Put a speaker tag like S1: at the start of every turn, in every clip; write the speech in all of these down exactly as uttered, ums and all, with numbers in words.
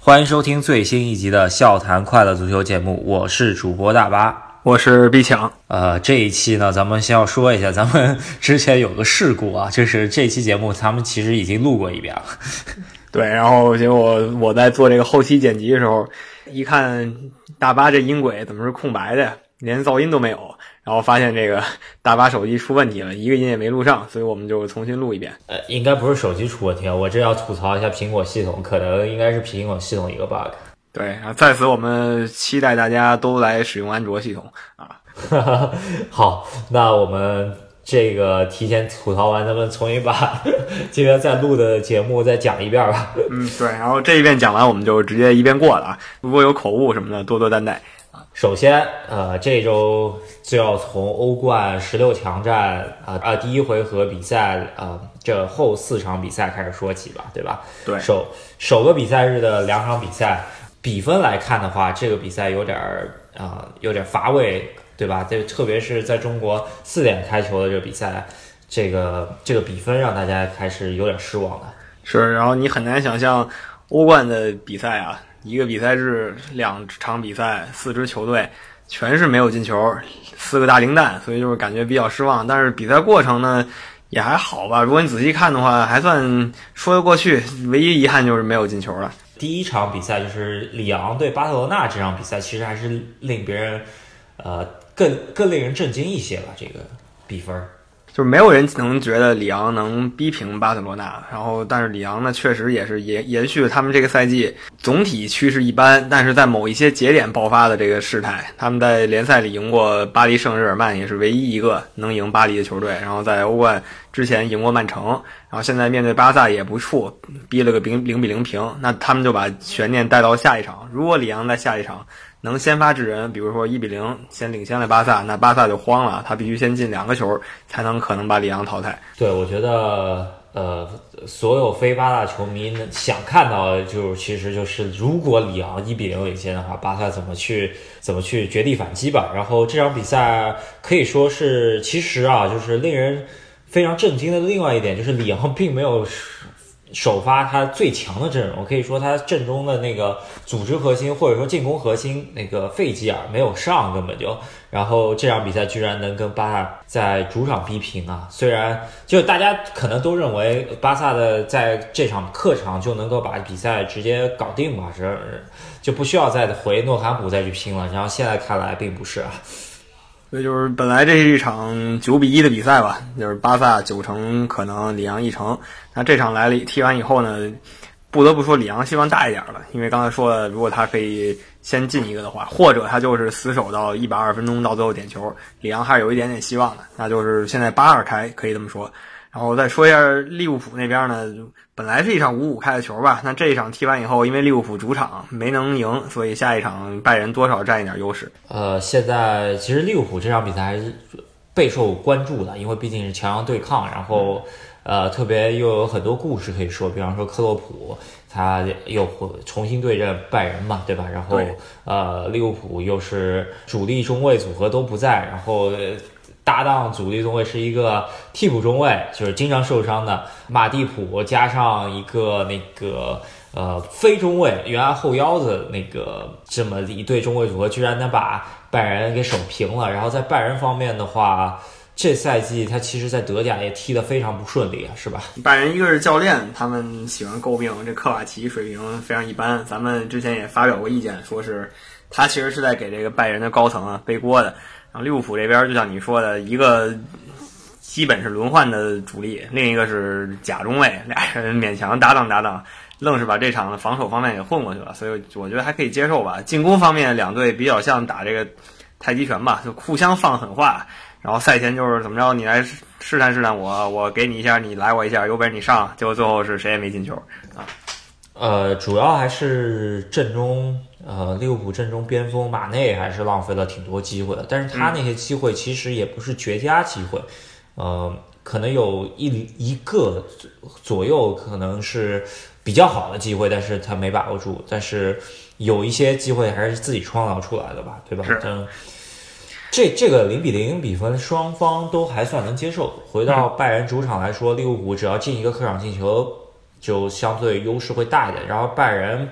S1: 欢迎收听最新一集的笑谈快乐足球节目，我是主播大巴，
S2: 我是毕强。
S1: 呃，这一期呢，咱们先要说一下，咱们之前有个事故啊，就是这期节目咱们其实已经录过一遍了。
S2: 对，然后结果我在做这个后期剪辑的时候，一看大巴这音轨怎么是空白的呀，连噪音都没有。然后发现这个大巴手机出问题了，一个音也没录上，所以我们就重新录一遍。
S1: 呃，应该不是手机出问题啊，我这要吐槽一下苹果系统，可能应该是苹果系统一个 bug。
S2: 对，然后在此我们期待大家都来使用安卓系统啊。
S1: 好，那我们这个提前吐槽完，咱们重新把今天在录的节目再讲一遍吧。
S2: 嗯，对，然后这一遍讲完，我们就直接一遍过了啊。如果有口误什么的，多多担待。
S1: 首先，呃，这周就要从欧冠十六强战啊啊、呃、第一回合比赛呃这后四场比赛开始说起吧，对吧？
S2: 对，
S1: 首首个比赛日的两场比赛比分来看的话，这个比赛有点啊、呃、有点乏味，对吧？这特别是在中国四点开球的这个比赛，这个这个比分让大家开始有点失望了。
S2: 是，然后你很难想象欧冠的比赛啊。一个比赛日两场比赛，四支球队全是没有进球，四个大零蛋，所以就是感觉比较失望。但是比赛过程呢也还好吧，如果你仔细看的话还算说得过去，唯一遗憾就是没有进球了。
S1: 第一场比赛就是里昂对巴塞罗那，这场比赛其实还是令别人呃更更令人震惊一些吧，这个比分
S2: 就是没有人能觉得里昂能逼平巴塞罗那，然后但是里昂呢确实也是延延续了他们这个赛季总体趋势一般，但是在某一些节点爆发的这个事态。他们在联赛里赢过巴黎圣日耳曼，也是唯一一个能赢巴黎的球队，然后在欧冠之前赢过曼城，然后现在面对巴萨也不怵，逼了个零零比零平，那他们就把悬念带到下一场。如果里昂在下一场能先发制人，比如说一比零先领先了巴萨，那巴萨就慌了，他必须先进两个球才能可能把里昂淘汰。
S1: 对，我觉得呃，所有非巴萨球迷想看到的就其实就是如果里昂一比零领先的话，巴萨怎么去怎么去绝地反击吧。然后这场比赛可以说是其实啊，就是令人非常震惊的另外一点就是里昂并没有首发他最强的阵容，可以说他阵中的那个组织核心或者说进攻核心那个费吉尔没有上，根本就，然后这场比赛居然能跟巴萨在主场逼平啊！虽然就大家可能都认为巴萨的在这场客场就能够把比赛直接搞定嘛，这就不需要再回诺坎普再去拼了，然后现在看来并不是啊。
S2: 所以就是本来这是一场九比一的比赛吧，就是巴萨九成可能里昂一成。那这场来了踢完以后呢，不得不说里昂希望大一点了，因为刚才说了，如果他可以先进一个的话，或者他就是死守到一百二十分钟到最后点球，里昂还是有一点点希望的。那就是现在八二开，可以这么说。然后再说一下利物浦那边呢，本来是一场五五开的球吧，那这一场踢完以后，因为利物浦主场没能赢，所以下一场拜仁多少占一点优势。
S1: 呃，现在其实利物浦这场比赛还是备受关注的，因为毕竟是强强对抗，然后呃，特别又有很多故事可以说，比方说克洛普他又重新对阵拜仁嘛，对吧？然后呃，利物浦又是主力中卫组合都不在，然后搭档主力中卫是一个替补中卫，就是经常受伤的马蒂普，加上一个那个呃非中卫原来后腰子那个这么一对中卫组合，居然能把拜仁给守平了。然后在拜仁方面的话，这赛季他其实在德甲也踢得非常不顺利啊，是吧？
S2: 拜仁一个是教练，他们喜欢诟病这科瓦奇水平非常一般，咱们之前也发表过意见，说是他其实是在给这个拜仁的高层啊背锅的。然后利物浦这边就像你说的，一个基本是轮换的主力，另一个是假中卫，俩人勉强搭档搭档，愣是把这场的防守方面给混过去了，所以我觉得还可以接受吧。进攻方面两队比较像打这个太极拳吧，就互相放狠话，然后赛前就是怎么着，你来试探试探我，我给你一下，你来我一下，有本事你上，结果最后是谁也没进球啊。
S1: 呃，主要还是阵中，呃，利物浦阵中边锋马内还是浪费了挺多机会的，但是他那些机会其实也不是绝佳机会，嗯、呃，可能有一一个左右可能是比较好的机会，但是他没把握住，但是有一些机会还是自己创造出来的吧，对吧？嗯，这这个零比零比分双方都还算能接受。回到拜仁主场来说，利物浦只要进一个客场进球，就相对优势会大一点。然后拜仁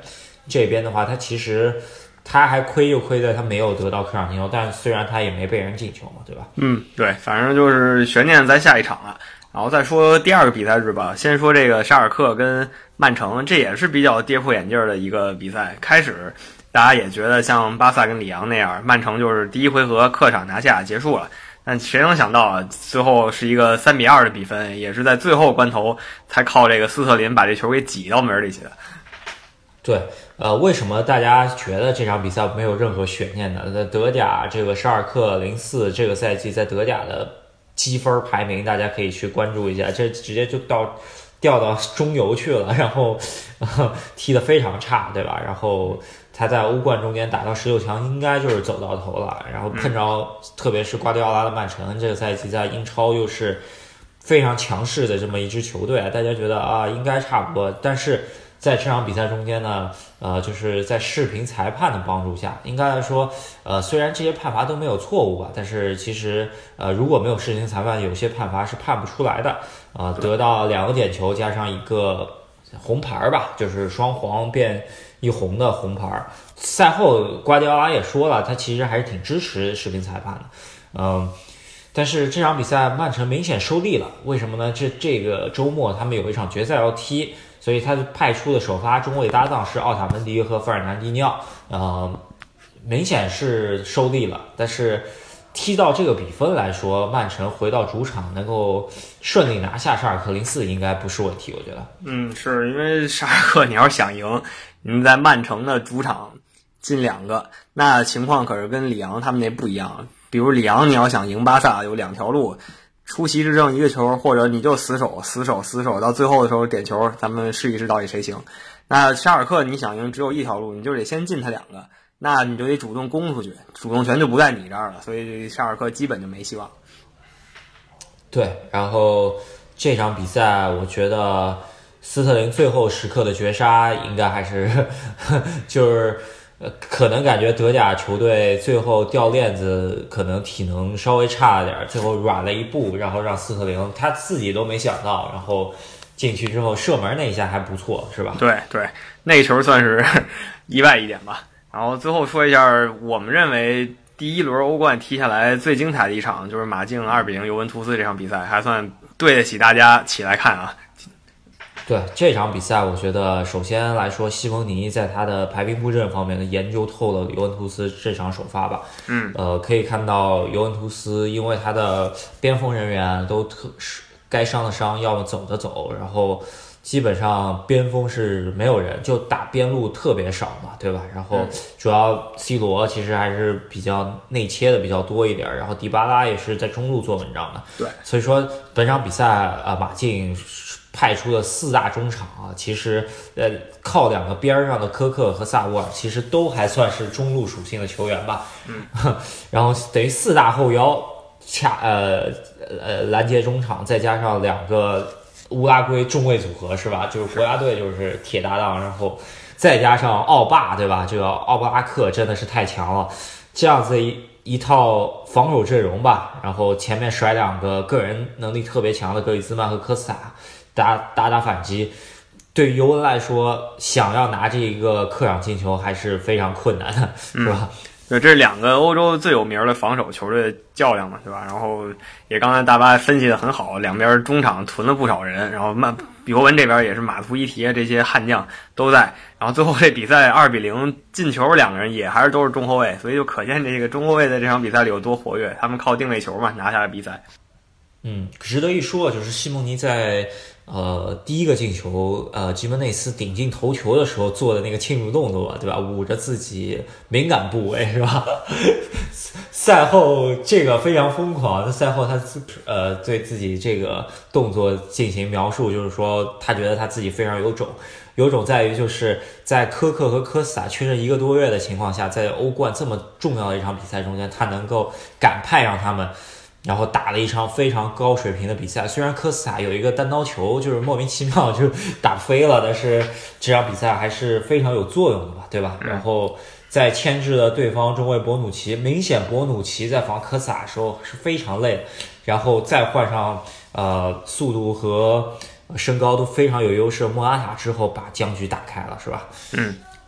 S1: 这边的话，他其实他还亏就亏在他没有得到客场进球，但虽然他也没被人进球嘛，对吧？
S2: 嗯，对，反正就是悬念在下一场了。然后再说第二个比赛日吧，先说这个沙尔克跟曼城，这也是比较跌破眼镜的一个比赛。开始大家也觉得像巴萨跟里昂那样，曼城就是第一回合客场拿下结束了，但谁能想到啊，最后是一个三比二的比分，也是在最后关头才靠这个斯特林把这球给挤到门里去的。
S1: 对，呃，为什么大家觉得这场比赛没有任何悬念呢？在德甲，这个沙尔克零四这个赛季在德甲的积分排名，大家可以去关注一下，这直接就到掉到中游去了，然后、呃、踢得非常差，对吧？然后他在欧冠中间打到十六强，应该就是走到头了。然后碰着、嗯、特别是瓜迪奥拉的曼城，这个赛季在英超又是非常强势的这么一支球队，大家觉得啊应该差不多，但是在这场比赛中间呢，呃，就是在视频裁判的帮助下，应该来说，呃，虽然这些判罚都没有错误吧，但是其实，呃，如果没有视频裁判，有些判罚是判不出来的。呃，得到两个点球加上一个红牌吧，就是双黄变一红的红牌。赛后瓜迪奥拉也说了，他其实还是挺支持视频裁判的，嗯、呃。但是这场比赛曼城明显收力了，为什么呢？这这个周末他们有一场决赛要踢，所以他派出的首发中卫搭档是奥塔门迪和费尔南迪尼奥，呃，明显是收力了。但是踢到这个比分来说，曼城回到主场能够顺利拿下沙尔克零四应该不是问题，我觉得。
S2: 嗯，是因为沙尔克你要是想赢，你在曼城的主场进两个，那情况可是跟里昂他们那不一样。比如里昂你要想赢巴萨有两条路，出奇制胜一个球，或者你就死守死守死守到最后的时候点球，咱们试一试到底谁行。那沙尔克你想赢只有一条路，你就得先进他两个，那你就得主动攻出去，主动权就不在你这儿了，所以沙尔克基本就没希望。
S1: 对，然后这场比赛我觉得斯特林最后时刻的绝杀应该还是就是呃，可能感觉德甲球队最后掉链子，可能体能稍微差了点，最后软了一步，然后让斯特林他自己都没想到，然后进去之后射门那一下还不错，是吧？
S2: 对对，那球算是意外一点吧。然后最后说一下，我们认为第一轮欧冠踢下来最精彩的一场，就是马竞二比零尤文图斯这场比赛，还算对得起大家起来看啊。
S1: 对这场比赛，我觉得首先来说，西蒙尼在他的排兵布阵方面的研究透了尤文图斯这场首发吧。
S2: 嗯，
S1: 呃，可以看到尤文图斯因为他的边锋人员都特该伤的伤，要么走的走，然后基本上边锋是没有人，就打边路特别少嘛，对吧？然后主要 C 罗其实还是比较内切的比较多一点，然后迪巴拉也是在中路做文章的。
S2: 对，
S1: 所以说本场比赛啊、呃，马竞派出的四大中场啊，其实呃靠两个边上的科克和萨沃尔，其实都还算是中路属性的球员吧。
S2: 嗯，
S1: 然后等于四大后腰恰呃呃拦截中场，再加上两个乌拉圭中卫组合是吧？就是国家队就是铁搭档，然后再加上奥霸对吧？这个奥巴拉克真的是太强了，这样子一一套防守阵容吧，然后前面甩两个个人能力特别强的格里兹曼和科斯塔。打打打反击，对于尤文来说，想要拿这一个客场进球还是非常困难的，是吧？
S2: 嗯，对，这是两个欧洲最有名的防守球队较量嘛，对吧？然后也刚才大巴分析的很好，两边中场囤了不少人，然后曼尤文这边也是马图伊提这些悍将都在，然后最后这比赛二比零进球，两个人也还是都是中后卫，所以就可见这个中后卫在这场比赛里有多活跃，他们靠定位球嘛拿下了比赛。
S1: 嗯，值得一说就是西蒙尼在呃第一个进球呃吉门内斯顶进头球的时候做的那个庆祝动作，对吧？捂着自己敏感部位，是吧？赛后这个非常疯狂，赛后他自呃对自己这个动作进行描述，就是说他觉得他自己非常有种。有种在于就是在科克和科斯塔缺阵一个多月的情况下，在欧冠这么重要的一场比赛中间，他能够敢派让他们然后打了一场非常高水平的比赛，虽然科斯塔有一个单刀球就是莫名其妙就打飞了，但是这场比赛还是非常有作用的吧，对吧？然后在牵制了对方中卫博努奇，明显博努奇在防科斯塔的时候是非常累的，然后再换上呃速度和身高都非常有优势莫拉塔之后，把僵局打开了，是吧？
S2: 嗯。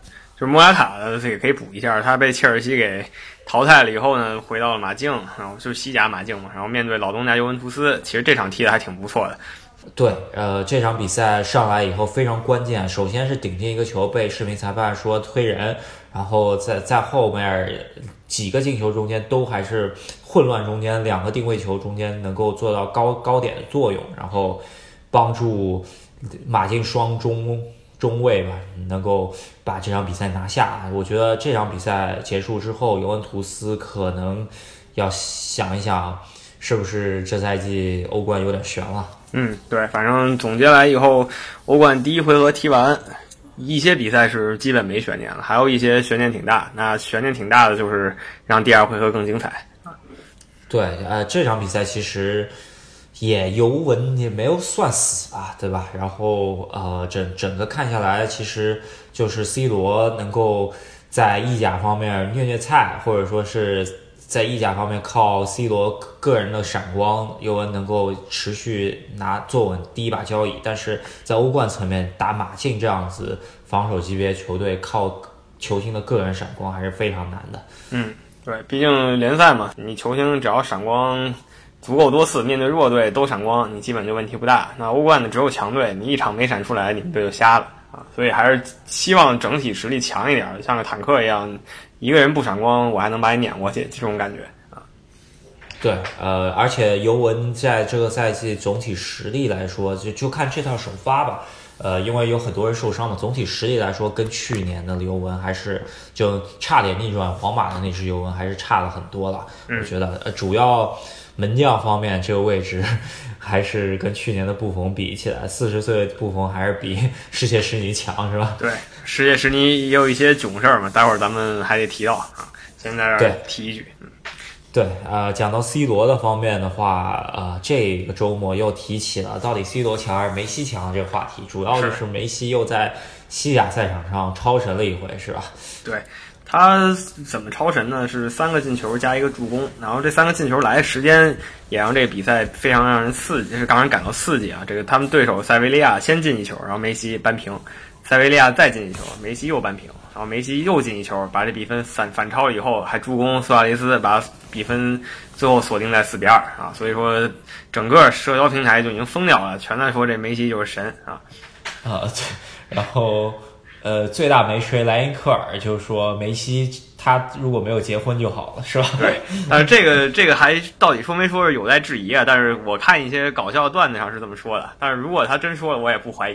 S2: 就是莫拉塔的这个可以补一下，他被切尔西给淘汰了以后呢，回到了马竞，然后就是西甲马竞嘛，然后面对老东家尤文图斯，其实这场踢的还挺不错的。
S1: 对，呃，这场比赛上来以后非常关键，首先是顶进一个球被视频裁判说推人，然后在在后面几个进球中间都还是混乱中间两个定位球中间能够做到高高点的作用，然后帮助马竞双中中卫吧能够把这场比赛拿下。我觉得这场比赛结束之后，尤文图斯可能要想一想是不是这赛季欧冠有点悬了。
S2: 嗯，对，反正总结来以后，欧冠第一回合踢完，一些比赛是基本没悬念了，还有一些悬念挺大。那悬念挺大的就是让第二回合更精彩。
S1: 对，呃，这场比赛其实也尤文也没有算死吧，对吧？然后呃，整整个看下来，其实就是 C 罗能够在意甲方面虐虐菜，或者说是在意甲方面靠 C 罗个人的闪光，尤文能够持续拿坐稳第一把交椅。但是在欧冠层面打马竞这样子防守级别球队，靠球星的个人闪光还是非常难的。
S2: 嗯，对，毕竟联赛嘛，你球星只要闪光足够多次，面对弱队都闪光，你基本就问题不大。那欧冠呢，只有强队，你一场没闪出来，你们队就瞎了啊！所以还是希望整体实力强一点，像个坦克一样。一个人不闪光，我还能把你撵过去，这种感觉啊。
S1: 对，呃，而且尤文在这个赛季总体实力来说，就就看这套首发吧。呃，因为有很多人受伤嘛，总体实力来说，跟去年的尤文还是就差点逆转皇马的那支尤文还是差了很多了。
S2: 嗯、
S1: 我觉得，呃，主要门将方面这个位置还是跟去年的布冯比起来，四十岁的布冯还是比世界施尼强，是吧？
S2: 对，世界施尼也有一些囧事儿嘛，待会儿咱们还得提到啊，先在这儿提一句。嗯，
S1: 对，呃，讲到 C 罗的方面的话，呃，这个周末又提起了到底 C 罗强还是梅西强这个话题，主要就是梅西又在西甲赛场上超神了一回，是吧？
S2: 对。他怎么超神呢？是三个进球加一个助攻，然后这三个进球来的时间也让这个比赛非常让人刺激，是让人感到刺激啊！这个他们对手塞维利亚先进一球，然后梅西扳平，塞维利亚再进一球，梅西又扳平，然后梅西又进一球，把这比分反反超了以后，还助攻苏亚雷斯把比分最后锁定在四比二啊！所以说整个社交平台就已经疯掉了，全在说这梅西就是神啊！
S1: 啊，对，然后。呃，最大梅吹莱因克尔就是说梅西他如果没有结婚就好了，是吧？
S2: 对，但是这个这个还到底说没说是有待质疑啊。但是我看一些搞笑段子上是这么说的，但是如果他真说了，我也不怀疑。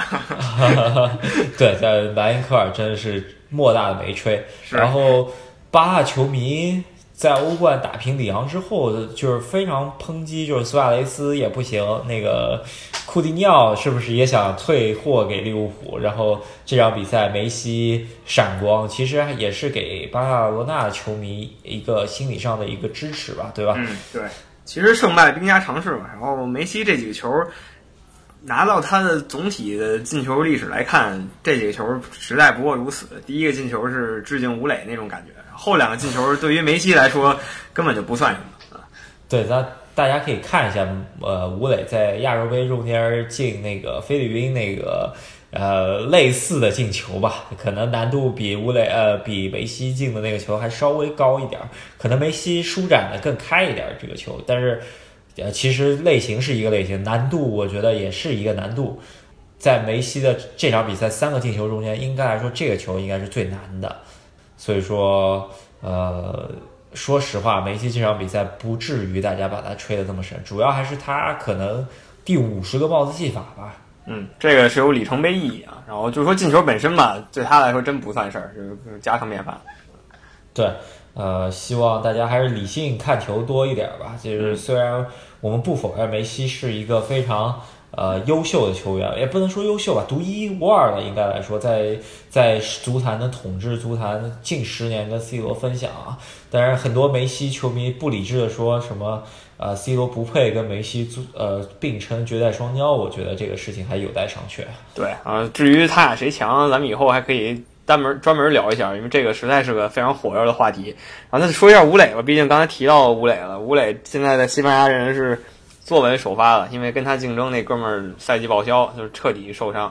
S1: 对，但莱因克尔真的是莫大的梅吹。然后巴萨球迷在欧冠打平里昂之后，就是非常抨击，就是苏亚雷斯也不行，那个库蒂尼奥是不是也想退货给利物浦？然后这场比赛梅西闪光，其实也是给巴塞罗那的球迷一个心理上的一个支持吧，对吧？
S2: 嗯，对。其实胜败兵家常事嘛，然后梅西这几个球拿到他的总体的进球历史来看，这几个球实在不过如此。第一个进球是致敬吴磊那种感觉，后两个进球对于梅西来说根本就不算什么啊。
S1: 对，那大家可以看一下，呃，吴磊在亚洲杯中间进那个菲律宾那个呃类似的进球吧，可能难度比吴磊呃比梅西进的那个球还稍微高一点，可能梅西舒展的更开一点这个球，但是。呃，其实类型是一个类型，难度我觉得也是一个难度。在梅西的这场比赛三个进球中间，应该来说这个球应该是最难的。所以说，呃，说实话，梅西这场比赛不至于大家把他吹得这么神，主要还是他可能第五十个帽子戏法吧。
S2: 嗯，这个是有里程碑意义啊。然后就说进球本身吧，对他来说真不算事儿，就是家常便饭。
S1: 对。呃，希望大家还是理性看球多一点吧。就是虽然我们不否认梅西是一个非常呃优秀的球员，也不能说优秀吧，独一无二的应该来说，在在足坛的统治足坛近十年跟 C 罗分享啊。当然，很多梅西球迷不理智的说什么呃 C 罗不配跟梅西呃并称绝代双骄，我觉得这个事情还有待商榷。
S2: 对啊，至于他俩谁强，咱们以后还可以。专门专门聊一下，因为这个实在是个非常火热的话题。然后再说一下吴磊吧，毕竟刚才提到吴磊了。吴磊现在在西班牙人是坐稳首发了，因为跟他竞争那哥们儿赛季报销，就是彻底受伤。然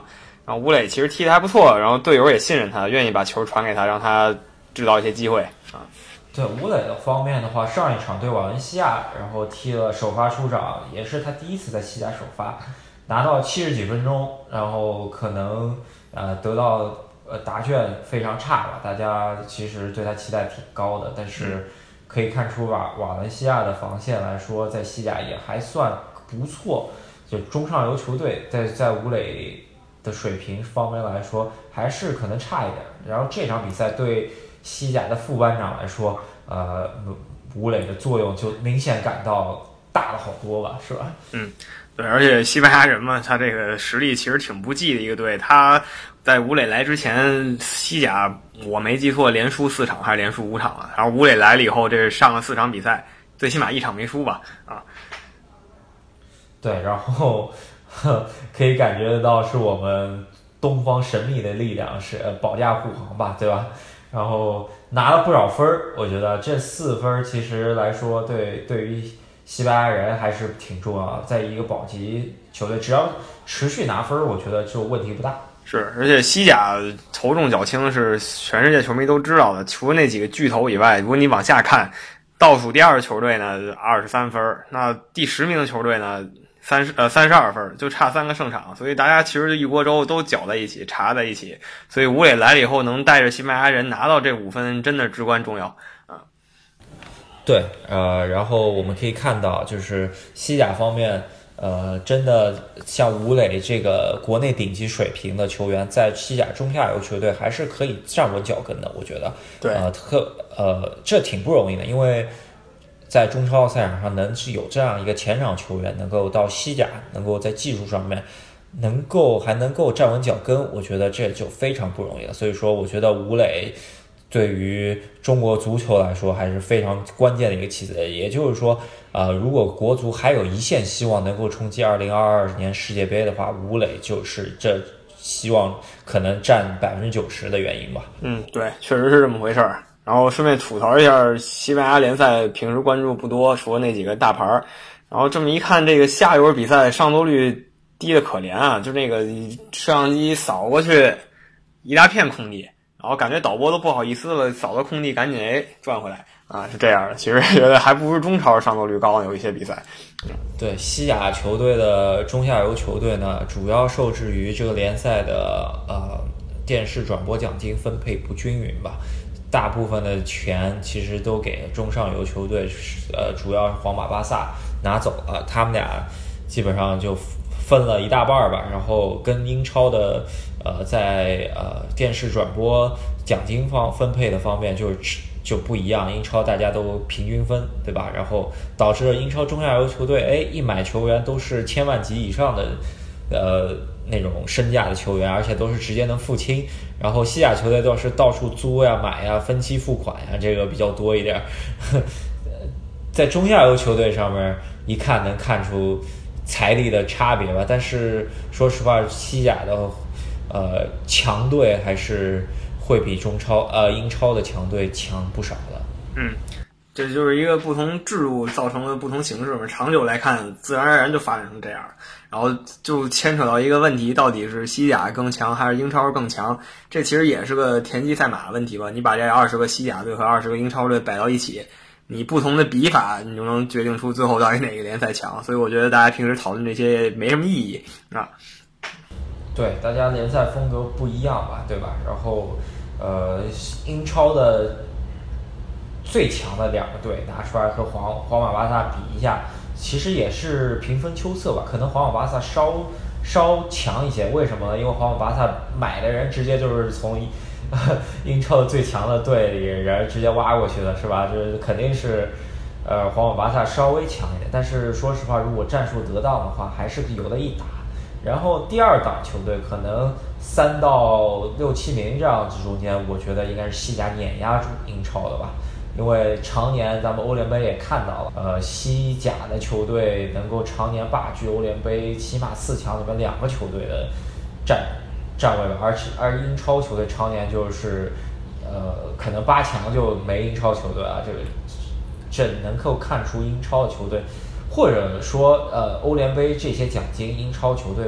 S2: 然后吴磊其实踢得还不错，然后队友也信任他，愿意把球传给他，让他制造一些机会啊。
S1: 对吴磊的方面的话，上一场对瓦伦西亚，然后踢了首发出场，也是他第一次在西甲首发，拿到七十几分钟，然后可能呃得到呃答卷非常差吧，大家其实对他期待挺高的，但是可以看出瓦瓦伦西亚的防线来说，在西甲也还算不错，就中上游球队在在吴磊的水平方面来说，还是可能差一点。然后这场比赛对西甲的副班长来说，呃，吴磊的作用就明显感到大了好多吧，是吧？
S2: 嗯，对，而且西班牙人嘛，他这个实力其实挺不济的一个队。他在吴磊来之前，西甲我没记错，连输四场还是连输五场了。然后吴磊来了以后，这上了四场比赛，最起码一场没输吧？啊，
S1: 对，然后呵可以感觉得到是我们东方神秘的力量是呃保驾护航吧，对吧？然后拿了不少分儿，我觉得这四分其实来说，对对于西班牙人还是挺重要的。在一个保级球队，只要持续拿分，我觉得就问题不大。
S2: 是，而且西甲头重脚轻是全世界球迷都知道的，除了那几个巨头以外，如果你往下看，倒数第二的球队呢二十三分，那第十名的球队呢三十呃三十二分，就差三个胜场，所以大家其实一锅粥都搅在一起，查在一起。所以吴磊来了以后，能带着西班牙人拿到这五分，真的至关重要啊。
S1: 对，呃，然后我们可以看到，就是西甲方面，呃，真的像吴磊这个国内顶级水平的球员，在西甲中下游球队还是可以站稳脚跟的，我觉得。
S2: 对，
S1: 呃，特呃，这挺不容易的，因为在中超赛场上能是有这样一个前场球员能够到西甲，能够在技术上面能够还能够站稳脚跟，我觉得这就非常不容易了。所以说，我觉得吴磊对于中国足球来说还是非常关键的一个棋子。也就是说，呃，如果国足还有一线希望能够冲击二零二二年世界杯的话，吴磊就是这希望可能占百分之九十的原因吧。
S2: 嗯，对，确实是这么回事儿。然后顺便吐槽一下，西班牙联赛平时关注不多，除了那几个大牌儿。然后这么一看，这个下游比赛上座率低的可怜啊！就那个摄像机扫过去，一大片空地，然后感觉导播都不好意思了，扫到空地赶紧哎转回来啊，是这样的。其实觉得还不如中超上座率高，有一些比赛。
S1: 对，西甲球队的中下游球队呢，主要受制于这个联赛的呃电视转播奖金分配不均匀吧。大部分的钱其实都给中上游球队，呃，主要是皇马、巴萨拿走了，他们俩基本上就分了一大半吧。然后跟英超的呃在呃电视转播奖金方分配的方面就是就不一样，英超大家都平均分，对吧？然后导致了英超中下游球队，哎，一买球员都是千万级以上的，呃。那种身价的球员，而且都是直接能付清。然后西甲球队都是到处租呀、买呀、分期付款呀，这个比较多一点。在中下游球队上面一看能看出财力的差别吧。但是说实话，西甲的呃强队还是会比中超呃英超的强队强不少的。
S2: 嗯。这就是一个不同制度造成的不同形式嘛，长久来看，自然而然就发展成这样，然后就牵扯到一个问题，到底是西甲更强还是英超更强？这其实也是个田忌赛马的问题吧。你把这二十个西甲队和二十个英超队摆到一起，你不同的比法，你就能决定出最后到底哪个联赛强。所以我觉得大家平时讨论这些没什么意义啊。
S1: 对，大家联赛风格不一样吧，对吧？然后，呃，英超的最强的两个队拿出来和皇皇马巴萨比一下，其实也是平分秋色吧。可能皇马巴萨稍稍强一些，为什么呢？因为皇马巴萨买的人直接就是从英超的最强的队里人直接挖过去的，是吧？就是肯定是呃皇马巴萨稍微强一点。但是说实话，如果战术得当的话，还是有的一打。然后第二档球队可能三到六七名这样子中间，我觉得应该是西甲碾压住英超的吧。因为常年咱们欧联杯也看到了，呃，西甲的球队能够常年霸据欧联杯起码四强里面两个球队的站站位吧，而且而英超球队常年就是，呃，可能八强就没英超球队啊，这个这能够看出英超的球队，或者说呃欧联杯这些奖金英超球队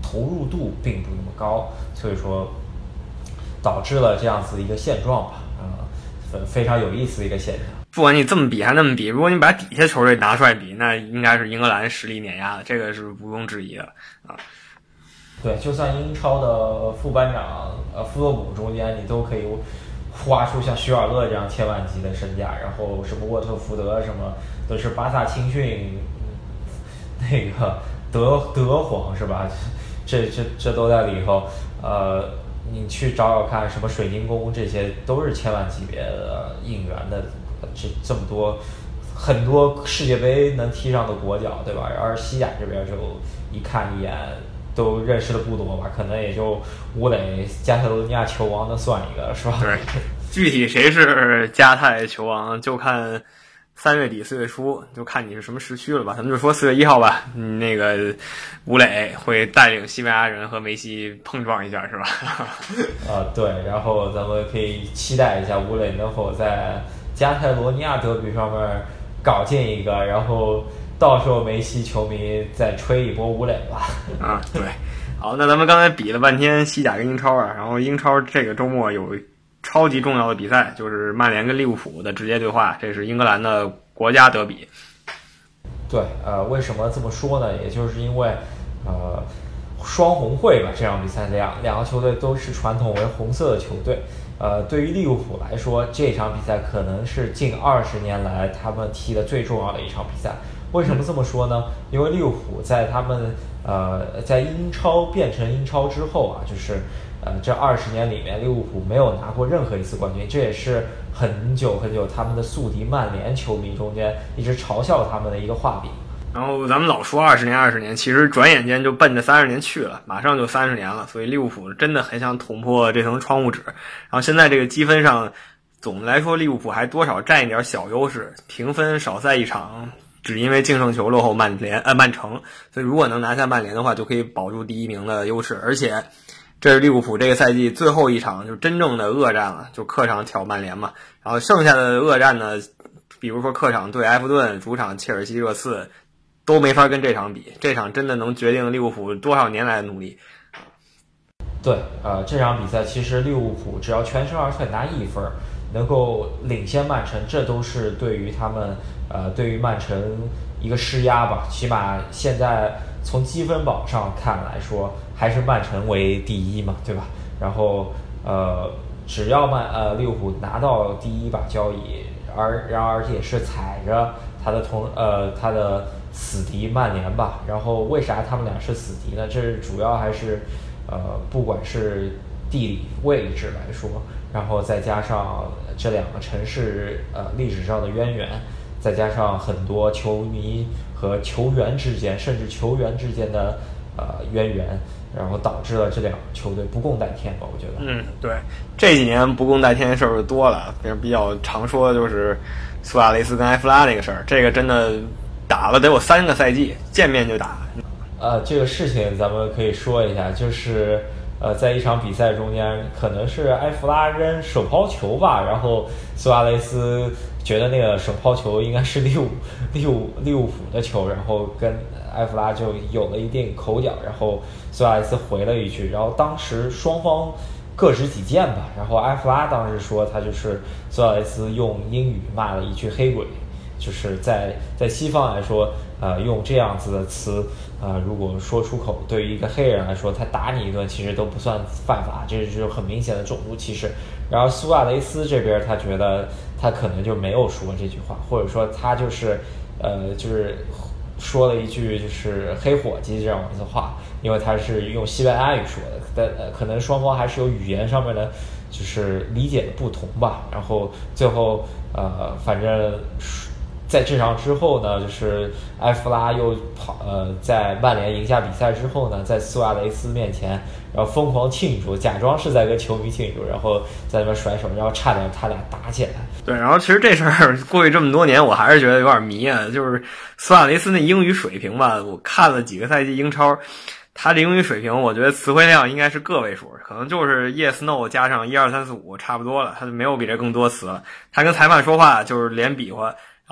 S1: 投入度并不那么高，所以说导致了这样子一个现状吧，啊、呃，非常有意思的一个现象。
S2: 不管你这么比还那么比，如果你把底下球队拿出来比，那应该是英格兰实力碾压的，这个是毋庸置疑的啊。
S1: 对，就算英超的副班长呃富勒姆中间，你都可以花出像许尔勒这样千万级的身价，然后什么沃特福德什么都是巴萨青训那个德德皇是吧？这这这都在里头。呃，你去找找看，什么水晶宫，这些都是千万级别的应援的，这这么多。很多世界杯能踢上的国脚，对吧？而西甲这边就一看一眼都认识的不多吧，可能也就吴磊加泰罗尼亚球王能算一个，是吧？
S2: 对，具体谁是加泰球王，就看三月底四月初，就看你是什么时区了吧。咱们就说四月一号吧，嗯，那个吴磊会带领西班牙人和梅西碰撞一下，是吧？
S1: 啊，对，然后咱们可以期待一下吴磊能否在加泰罗尼亚德比上面搞进一个，然后到时候梅西球迷再吹一波吴磊吧。
S2: 啊，对。好，那咱们刚才比了半天西甲跟英超啊，然后英超这个周末有超级重要的比赛，就是曼联跟利物浦的直接对话，这是英格兰的国家德比。
S1: 对，呃，为什么这么说呢？也就是因为，呃，双红会吧，这场比赛两两个球队都是传统为红色的球队。呃，对于利物浦来说，这场比赛可能是近二十年来他们踢的最重要的一场比赛。为什么这么说呢？因为利物浦在他们呃在英超变成英超之后啊，就是呃这二十年里面，利物浦没有拿过任何一次冠军，这也是很久很久他们的宿敌曼联球迷中间一直嘲笑他们的一个画饼。
S2: 然后咱们老说二十年二十年，其实转眼间就奔着三十年去了，马上就三十年了，所以利物浦真的很想捅破这层窗户纸。然后现在这个积分上，总的来说利物浦还多少占一点小优势，评分少赛一场，只因为净胜球落后曼联呃曼城，所以如果能拿下曼联的话，就可以保住第一名的优势。而且这是利物浦这个赛季最后一场就真正的恶战了，就客场挑曼联嘛。然后剩下的恶战呢，比如说客场对埃弗顿，主场切尔西热刺，都没法跟这场比，这场真的能决定利物浦多少年来的努力。
S1: 对，呃，这场比赛其实利物浦只要全身而退拿一分，能够领先曼城，这都是对于他们呃对于曼城一个施压吧。起码现在从积分榜上看来说，还是曼城为第一嘛，对吧？然后呃，只要曼呃利物浦拿到第一把交椅，而然而也是踩着他的同呃他的死敌曼联吧。然后为啥他们俩是死敌呢？这主要还是呃不管是地理位置来说，然后再加上这两个城市呃历史上的渊源，再加上很多球迷和球员之间，甚至球员之间的呃渊源，然后导致了这两个球队不共戴天吧，我觉得。
S2: 嗯，对，这几年不共戴天的事儿就多了，比较常说的就是苏亚雷斯跟埃弗拉那个事儿，这个真的打了得有三个赛季，见面就打。
S1: 呃，这个事情咱们可以说一下，就是呃，在一场比赛中间，可能是埃弗拉扔手抛球吧，然后苏亚雷斯觉得那个手抛球应该是利物利物利物浦的球，然后跟埃弗拉就有了一定口角，然后苏亚雷斯回了一句，然后当时双方各执己见吧，然后埃弗拉当时说他就是苏亚雷斯用英语骂了一句黑鬼，就是在在西方来说，呃，用这样子的词，呃，如果说出口，对于一个黑人来说，他打你一顿其实都不算犯法，这就是很明显的种族歧视。然后苏亚雷斯这边他觉得他可能就没有说这句话，或者说他就是呃就是说了一句就是黑伙计这样的话，因为他是用西班牙语说的，但呃可能双方还是有语言上面的就是理解的不同吧。然后最后呃反正在这场之后呢，就是埃弗拉又跑呃，在曼联赢下比赛之后呢，在苏亚雷斯面前，然后疯狂庆祝，假装是在跟球迷庆祝，然后在那边甩手，然后差点他俩打起来。
S2: 对，然后其实这事儿过去这么多年，我还是觉得有点迷啊。就是苏亚雷斯那英语水平吧，我看了几个赛季英超，他这英语水平，我觉得词汇量应该是个位数，可能就是 yes no 加上一二三四五差不多了，他就没有比这更多词了。他跟裁判说话就是连比划。然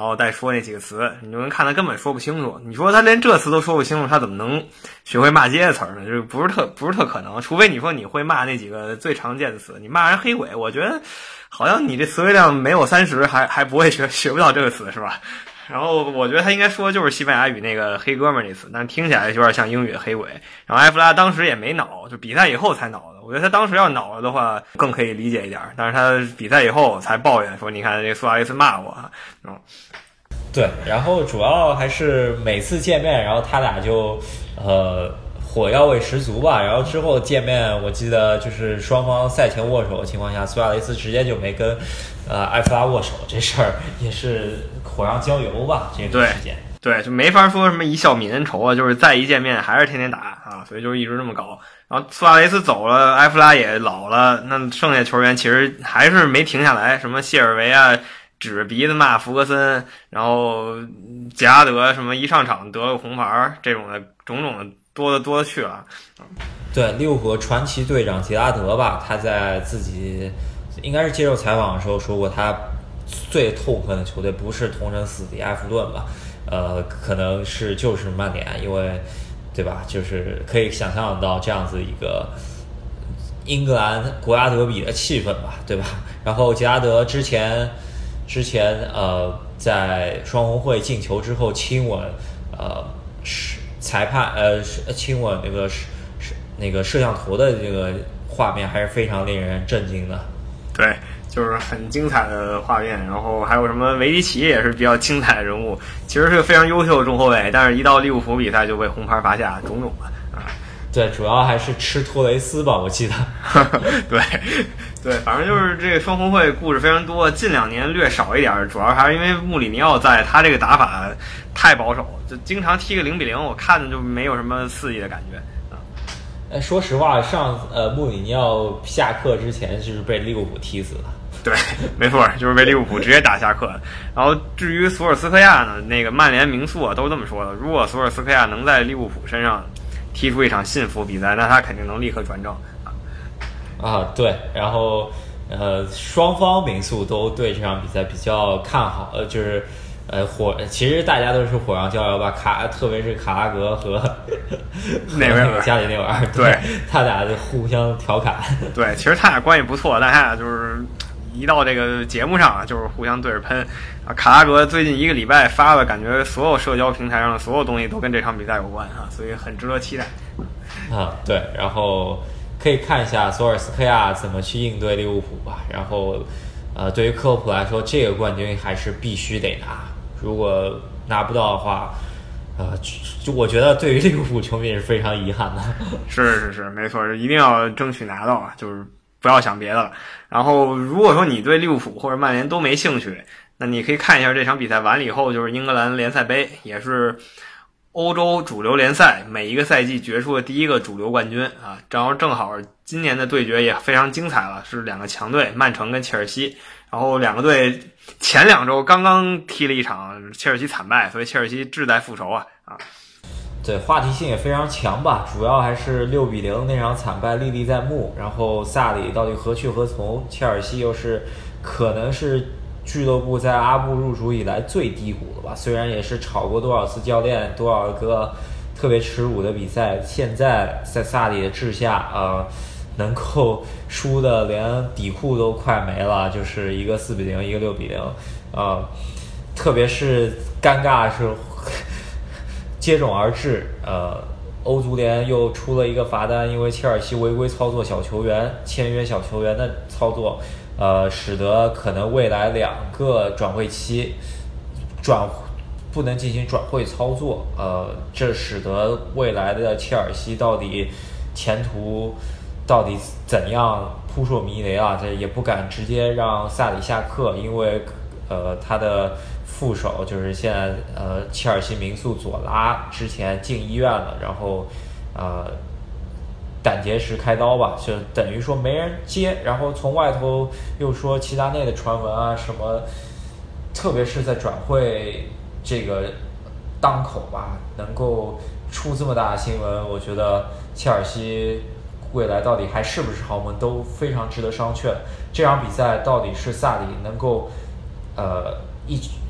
S2: 然后再说那几个词，你就能看他根本说不清楚。你说他连这词都说不清楚，他怎么能学会骂街的词儿呢？这不是特不是特可能，除非你说你会骂那几个最常见的词。你骂人黑鬼，我觉得好像你这词汇量没有三十，还还不会学学不到这个词是吧？然后我觉得他应该说的就是西班牙语那个黑哥们儿那词，但是听起来有点像英语的黑鬼。然后埃弗拉当时也没恼，就比赛以后才恼的。我觉得他当时要恼了的话更可以理解一点，但是他比赛以后才抱怨说：“你看这个苏亚雷斯骂我。”嗯，
S1: 对，然后主要还是每次见面，然后他俩就呃火药味十足吧。然后之后见面，我记得就是双方赛前握手的情况下，苏亚雷斯直接就没跟呃埃弗拉握手，这事儿也是火上浇油吧，这个时间。
S2: 对，就没法说什么一笑泯恩仇啊，就是再一见面还是天天打啊，所以就一直这么搞。然后苏亚雷斯走了，埃弗拉也老了，那剩下球员其实还是没停下来，什么谢尔维啊指着鼻子骂福格森，然后杰拉德什么一上场得了个红牌，这种的种种的多的多的去了。
S1: 对，利物浦传奇队长杰拉德吧，他在自己应该是接受采访的时候说过，他最痛恨的球队不是同城死敌埃弗顿吧，呃，可能是就是曼联，因为对吧，就是可以想象到这样子一个英格兰国家德比的气氛吧，对吧？然后杰拉德之前之前呃在双红会进球之后亲吻呃裁判呃亲吻那个那个摄像头的这个画面还是非常令人震惊的。
S2: 对，就是很精彩的画面，然后还有什么维迪奇也是比较精彩的人物，其实是个非常优秀的中后卫，但是一到利物浦比赛就被红牌罚下，种种的啊。
S1: 对，主要还是吃托雷斯吧，我记得。
S2: 对，对，反正就是这个双红会故事非常多，近两年略少一点，主要还是因为穆里尼奥在，他这个打法太保守，就经常踢个零比零，我看着就没有什么刺激的感觉。
S1: 哎，说实话，上呃穆里尼奥下课之前就是被利物浦踢死的。
S2: 对，没错，就是被利物浦直接打下课的。然后至于索尔斯克亚呢，那个曼联名宿啊都这么说的，如果索尔斯克亚能在利物浦身上踢出一场幸福比赛，那他肯定能立刻转正啊。
S1: 啊，对，然后呃，双方名宿都对这场比赛比较看好，呃，就是呃火，其实大家都是火上浇油吧，卡，特别是卡拉格和
S2: 内维尔、
S1: 加里内维尔，
S2: 对，
S1: 他俩就互相调侃。
S2: 对，其实他俩关系不错，但他俩就是一到这个节目上啊，就是互相对着喷。啊，卡拉格最近一个礼拜发了，感觉所有社交平台上的所有东西都跟这场比赛有关啊，所以很值得期待。
S1: 啊，对，然后可以看一下索尔斯克亚怎么去应对利物浦吧。然后，呃，对于克洛普来说，这个冠军还是必须得拿。如果拿不到的话，呃，就我觉得对于利物浦球迷是非常遗憾的。
S2: 是是是，没错，一定要争取拿到啊，就是不要想别的了。然后，如果说你对利物浦或者曼联都没兴趣，那你可以看一下这场比赛完了以后，就是英格兰联赛杯，也是欧洲主流联赛每一个赛季决出的第一个主流冠军啊。然后正好今年的对决也非常精彩了，是两个强队，曼城跟切尔西。然后两个队前两周刚刚踢了一场，切尔西惨败，所以切尔西志在复仇啊啊！
S1: 对，话题性也非常强吧，主要还是六比零那场惨败历历在目。然后萨里到底何去何从？切尔西又是可能是俱乐部在阿布入主以来最低谷了吧？虽然也是炒过多少次教练，多少个特别耻辱的比赛，现在在萨里的治下，呃。能够输的连底裤都快没了，就是一个四比零，一个六比零，呃，特别是尴尬是接踵而至，呃，欧足联又出了一个罚单，因为切尔西违规操作小球员签约小球员的操作，呃，使得可能未来两个转会期转不能进行转会操作，呃，这使得未来的切尔西到底前途到底怎样扑朔迷离啊？这也不敢直接让萨里下课，因为呃他的副手就是现在呃切尔西名宿佐拉之前进医院了，然后呃胆结石开刀吧，就等于说没人接，然后从外头又说齐达内的传闻啊什么，特别是在转会这个当口吧，能够出这么大的新闻，我觉得切尔西未来到底还是不是豪门都非常值得商榷。这场比赛到底是萨里能够呃一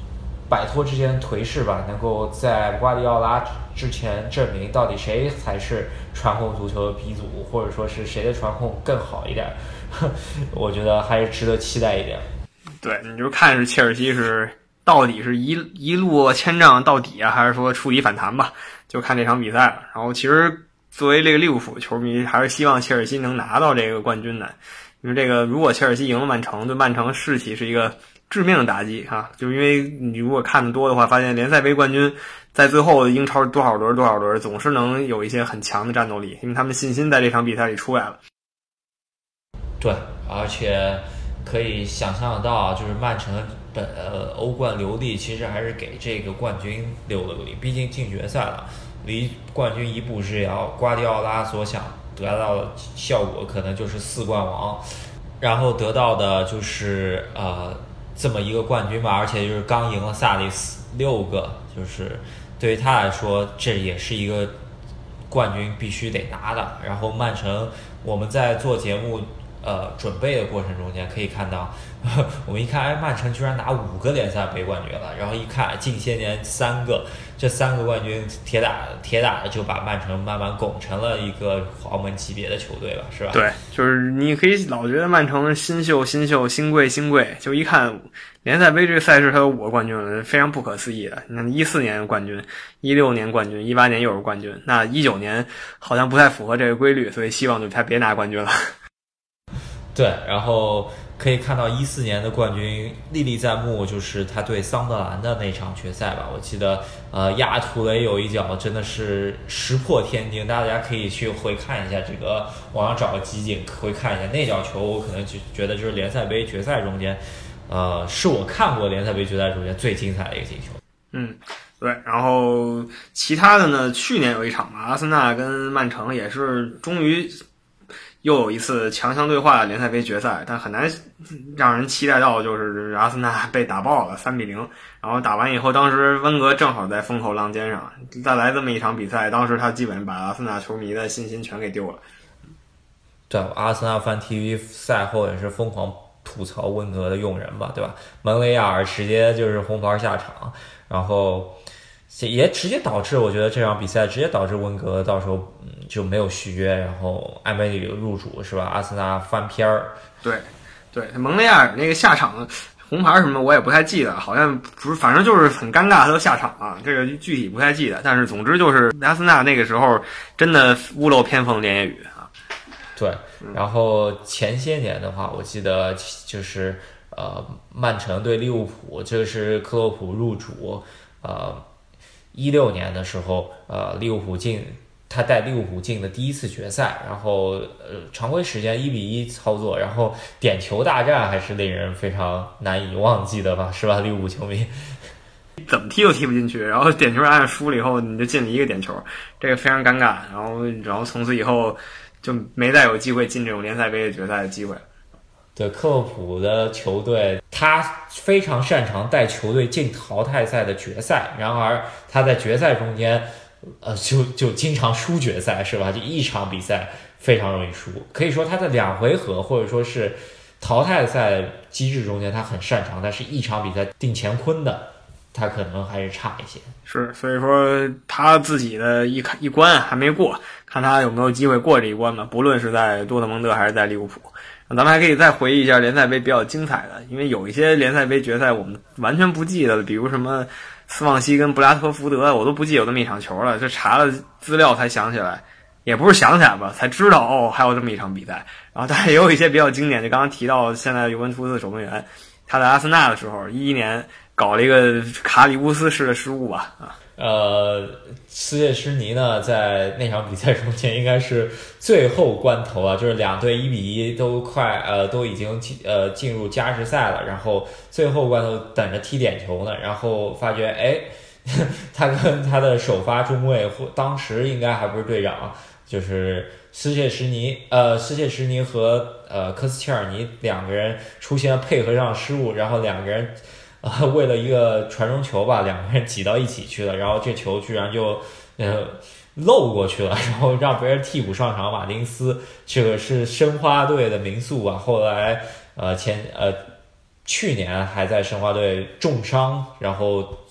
S1: 摆脱之前的颓势吧，能够在瓜迪奥拉之前证明到底谁才是传控足球的鼻祖，或者说是谁的传控更好一点，我觉得还是值得期待一点。
S2: 对，你就看是切尔西是到底是一一路千丈到底啊，还是说触底反弹吧，就看这场比赛了。然后其实作为这个利物浦球迷，还是希望切尔西能拿到这个冠军的，因为这个如果切尔西赢了曼城，对曼城士气是一个致命的打击啊！就因为你如果看得多的话，发现联赛杯冠军在最后英超多少轮多少轮总是能有一些很强的战斗力，因为他们信心在这场比赛里出来了。
S1: 对，而且可以想象得到，就是曼城本呃欧冠留力，其实还是给这个冠军留了力，毕竟进决赛了，离冠军一步之遥。瓜迪奥拉所想得到的效果可能就是四冠王，然后得到的就是呃这么一个冠军吧，而且就是刚赢了萨利斯六个，就是对于他来说这也是一个冠军必须得拿的。然后曼城，我们在做节目呃准备的过程中间可以看到，呵呵我们一看，哎，曼城居然拿五个联赛杯冠军了，然后一看近些年三个，这三个冠军铁打铁打的就把曼城慢慢拱成了一个豪门级别的球队了，是吧？
S2: 对，就是你可以老觉得曼城新秀新秀新贵新贵，就一看联赛杯这个赛事它有五个冠军了，非常不可思议的。你看一四年冠军，一六年冠军，一八年又是冠军，那一九年好像不太符合这个规律，所以希望就他别拿冠军了。
S1: 对，然后可以看到一四年的冠军历历在目，就是他对桑德兰的那场决赛吧。我记得，呃，亚图雷有一脚真的是石破天惊，大家可以去回看一下这个，网上找个集锦回看一下那脚球。我可能就觉得就是联赛杯决赛中间，呃，是我看过联赛杯决赛中间最精彩的一个进球。
S2: 嗯，对，然后其他的呢，去年有一场嘛，阿森纳跟曼城也是终于又有一次强强对话的联赛杯决赛，但很难让人期待到就是阿森纳被打爆了三比零，然后打完以后，当时温格正好在风口浪尖上，再来这么一场比赛，当时他基本把阿森纳球迷的信心全给丢了。
S1: 对，阿森纳fan T V 赛后也是疯狂吐槽温格的用人吧，对吧？蒙雷亚尔直接就是红牌下场，然后也直接导致我觉得这场比赛直接导致温格到时候嗯就没有续约，然后埃梅里入主是吧？阿森纳翻篇儿。
S2: 对，对，蒙雷亚尔那个下场红牌什么我也不太记得，好像不是，反正就是很尴尬，他都下场了，这个具体不太记得。但是总之就是阿森纳那个时候真的屋漏偏逢连夜雨啊。
S1: 对，然后前些年的话，我记得就是呃曼城对利物浦，这个是克洛普入主，呃。一六年的时候，呃，利物浦进，他带利物浦进的第一次决赛，然后呃，常规时间一比一操作，然后点球大战还是令人非常难以忘记的吧，是吧，利物浦球迷？
S2: 怎么踢都踢不进去，然后点球按输了以后，你就进了一个点球，这个非常尴尬，然后然后从此以后就没再有机会进这种联赛杯的决赛的机会。
S1: 对，克洛普的球队，他非常擅长带球队进淘汰赛的决赛，然而他在决赛中间，呃，就就经常输决赛，是吧？就一场比赛非常容易输，可以说他的两回合或者说是淘汰赛机制中间他很擅长，但是一场比赛定乾坤的，他可能还是差一些。
S2: 是，所以说他自己的一一关还没过，看他有没有机会过这一关吧。不论是在多特蒙德还是在利物浦。咱们还可以再回忆一下联赛杯比较精彩的，因为有一些联赛杯决赛我们完全不记得了，比如什么斯旺西跟布拉特福德，我都不记得有这么一场球了，就查了资料才想起来，也不是想起来吧，才知道哦还有这么一场比赛。然后当然也有一些比较经典，就刚刚提到现在尤文图斯守门员，他在阿森纳的时候，一一年搞了一个卡里乌斯式的失误吧，啊。
S1: 呃，斯切施尼呢，在那场比赛中间应该是最后关头啊，就是两队一比一都快呃都已经呃进入加时赛了，然后最后关头等着踢点球呢，然后发觉哎，他跟他的首发中卫或当时应该还不是队长，就是斯切施尼呃斯切施尼和呃科斯切尔尼两个人出现了配合上失误，然后两个人。啊、呃，为了一个传中球吧，两个人挤到一起去了，然后这球居然就呃漏过去了，然后让别人替补上场。马丁斯这个是申花队的名宿啊，后来呃前呃去年还在申花队重伤，然后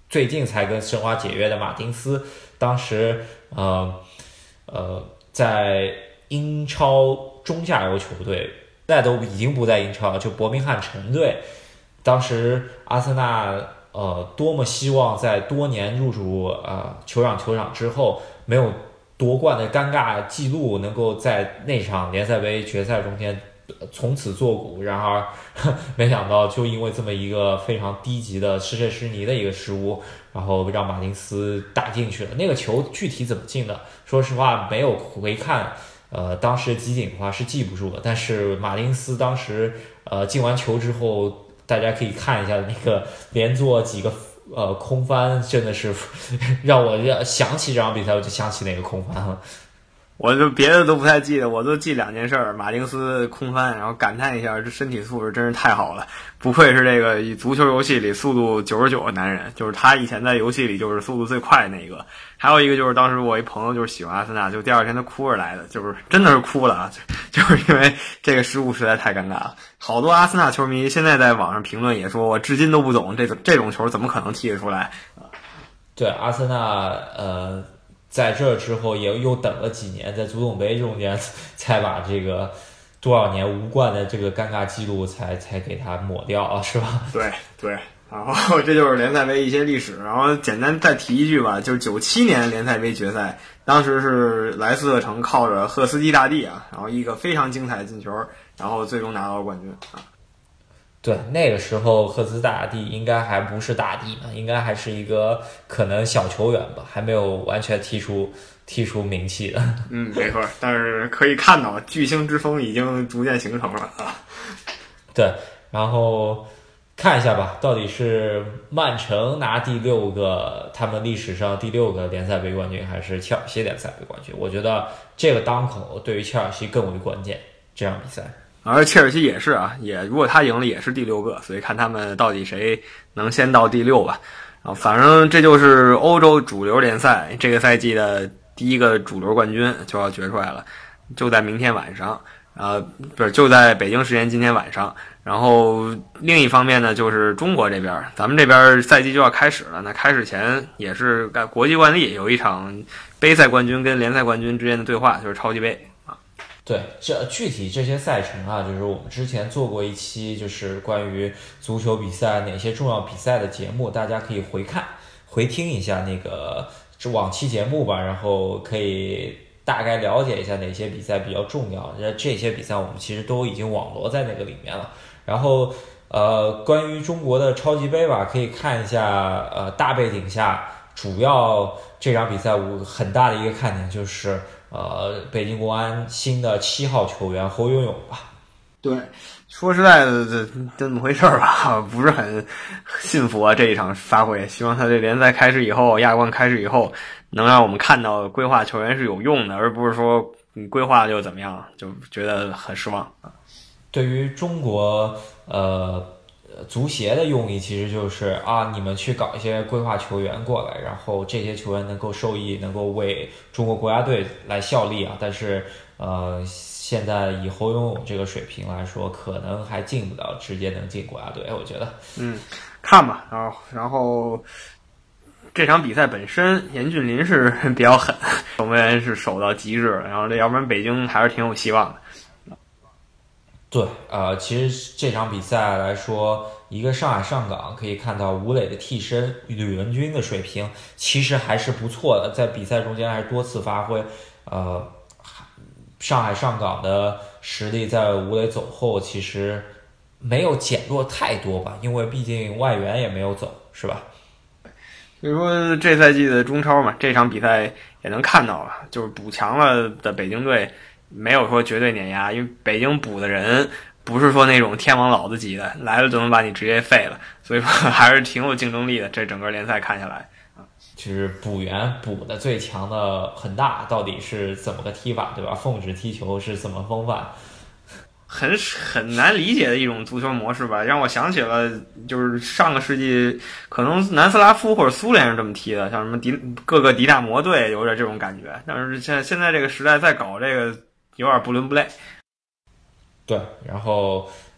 S1: 最近才跟申花解约的马丁斯，当时呃呃在英超中下游球队，现在都已经不在英超了，就伯明翰城队。当时阿森纳呃多么希望在多年入主呃酋长球场之后，没有夺冠的尴尬记录能够在那场联赛杯决赛中间从此作古，然而没想到就因为这么一个非常低级的施切施尼的一个失误，然后让马丁斯打进去了。那个球具体怎么进的，说实话没有回看呃当时集锦的话是记不住的，但是马丁斯当时呃进完球之后，大家可以看一下那个连做几个呃空翻，真的是让我想起这场比赛我就想起那个空翻了。
S2: 我就别的都不太记得，我就记两件事儿：马丁斯空翻，然后感叹一下这身体素质真是太好了，不愧是这个足球游戏里速度九十九的男人，就是他以前在游戏里就是速度最快的那个。还有一个就是当时我一朋友就是喜欢阿森纳，就第二天他哭着来的，就是真的是哭了啊，就就是因为这个失误实在太尴尬了。好多阿森纳球迷现在在网上评论也说，我至今都不懂这种这种球怎么可能踢得出来。
S1: 对，阿森纳呃。在这之后也又等了几年，在足总杯中间才把这个多少年无冠的这个尴尬记录才才给它抹掉啊，是吧？
S2: 对对，然后这就是联赛杯一些历史。然后简单再提一句吧，就是九七年联赛杯决赛，当时是莱斯特城靠着赫斯基大帝啊，然后一个非常精彩的进球，然后最终拿到了冠军啊。
S1: 对，那个时候赫斯大帝应该还不是大帝呢，应该还是一个可能小球员吧，还没有完全踢出踢出名气的。
S2: 嗯，没错，但是可以看到巨星之风已经逐渐形成了啊。
S1: 对，然后看一下吧，到底是曼城拿第六个，他们历史上第六个联赛杯冠军，还是切尔西联赛杯冠军？我觉得这个当口对于切尔西更为关键，这场比赛。
S2: 而切尔西也是啊，也如果他赢了也是第六个，所以看他们到底谁能先到第六吧。然后反正这就是欧洲主流联赛这个赛季的第一个主流冠军就要决出来了，就在明天晚上，呃，不是就在北京时间今天晚上。然后另一方面呢，就是中国这边，咱们这边赛季就要开始了，那开始前也是国际惯例有一场杯赛冠军跟联赛冠军之间的对话，就是超级杯。
S1: 对，这具体这些赛程啊，就是我们之前做过一期，就是关于足球比赛哪些重要比赛的节目，大家可以回看、回听一下那个这往期节目吧，然后可以大概了解一下哪些比赛比较重要。这些比赛我们其实都已经网罗在那个里面了。然后呃，关于中国的超级杯吧，可以看一下呃大背景下，主要这场比赛我很大的一个看点就是。呃，北京国安新的七号球员侯永永吧。
S2: 对，说实在的，这这么回事儿吧，不是很信服啊这一场发挥。希望他这联赛开始以后，亚冠开始以后，能让我们看到规划球员是有用的，而不是说你规划就怎么样，就觉得很失望啊。
S1: 对于中国，呃。足协的用意其实就是啊，你们去搞一些规划球员过来，然后这些球员能够受益，能够为中国国家队来效力啊。但是呃，现在以侯永永这个水平来说，可能还进不了直接能进国家队，我觉得。
S2: 嗯，看吧，然后然后这场比赛本身，严俊林是比较狠，守门员是守到极致了，然后这要不然北京还是挺有希望的。
S1: 对，呃，其实这场比赛来说，一个上海上港可以看到吴磊的替身吕文君的水平其实还是不错的，在比赛中间还是多次发挥。呃，上海上港的实力在吴磊走后其实没有减弱太多吧，因为毕竟外援也没有走，是吧？
S2: 所以说这赛季的中超嘛，这场比赛也能看到啊，就是补强了的北京队。没有说绝对碾压，因为北京补的人不是说那种天王老子级的，来了就能把你直接废了，所以说还是挺有竞争力的。这整个联赛看下来，
S1: 就是补员补的最强的恒大到底是怎么个踢法，对吧？奉旨踢球是怎么风范？
S2: 很很难理解的一种足球模式吧，让我想起了就是上个世纪可能南斯拉夫或者苏联是这么踢的，像什么迪各个迪纳摩队有点这种感觉，但是现在现在这个时代再搞这个。有点不伦不类。
S1: 对，然后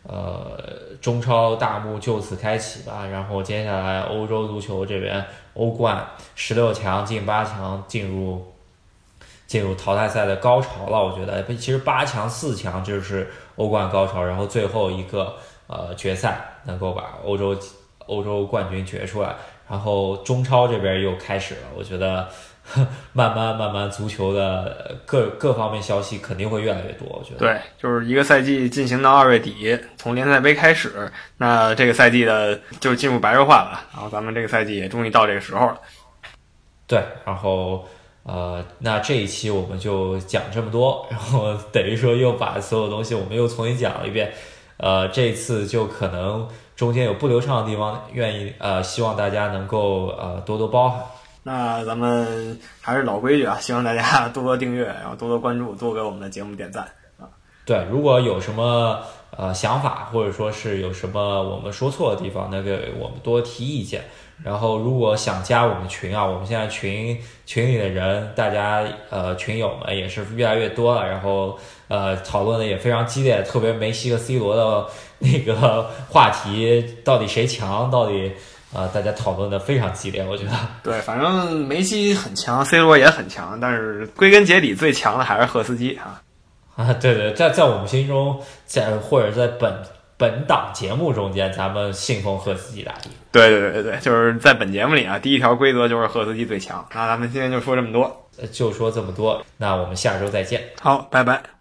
S1: 呃中超大幕就此开启吧。然后接下来欧洲足球这边，欧冠十六强进八强进入。进入淘汰赛的高潮了，我觉得其实八强、四强就是欧冠高潮，然后最后一个呃决赛能够把欧洲欧洲冠军决出来，然后中超这边又开始了，我觉得呵慢慢慢慢足球的各各方面消息肯定会越来越多，我觉得
S2: 对，就是一个赛季进行到二月底，从联赛杯开始，那这个赛季的就进入白热化了，然后咱们这个赛季也终于到这个时候了。
S1: 对，然后。呃，那这一期我们就讲这么多，然后等于说又把所有东西我们又重新讲了一遍。呃，这一次就可能中间有不流畅的地方，愿意呃希望大家能够呃多多包涵。
S2: 那咱们还是老规矩啊，希望大家多多订阅，然后多多关注，多给我们的节目点赞啊。
S1: 对，如果有什么呃想法，或者说是有什么我们说错的地方，那给我们多提意见。然后如果想加我们群啊，我们现在群群里的人，大家呃群友们也是越来越多了，然后呃讨论的也非常激烈，特别梅西和 C 罗的那个话题，到底谁强，到底呃大家讨论的非常激烈，我觉得。
S2: 对，反正梅西很强 ，C 罗也很强，但是归根结底最强的还是赫斯基啊。
S1: 啊，对对，在在我们心中，在或者在本。本档节目中间，咱们信奉赫斯基大帝。
S2: 对对对对，就是在本节目里啊，第一条规则就是赫斯基最强。那咱们今天就说这么多，
S1: 就说这么多，那我们下周再见。
S2: 好，拜拜。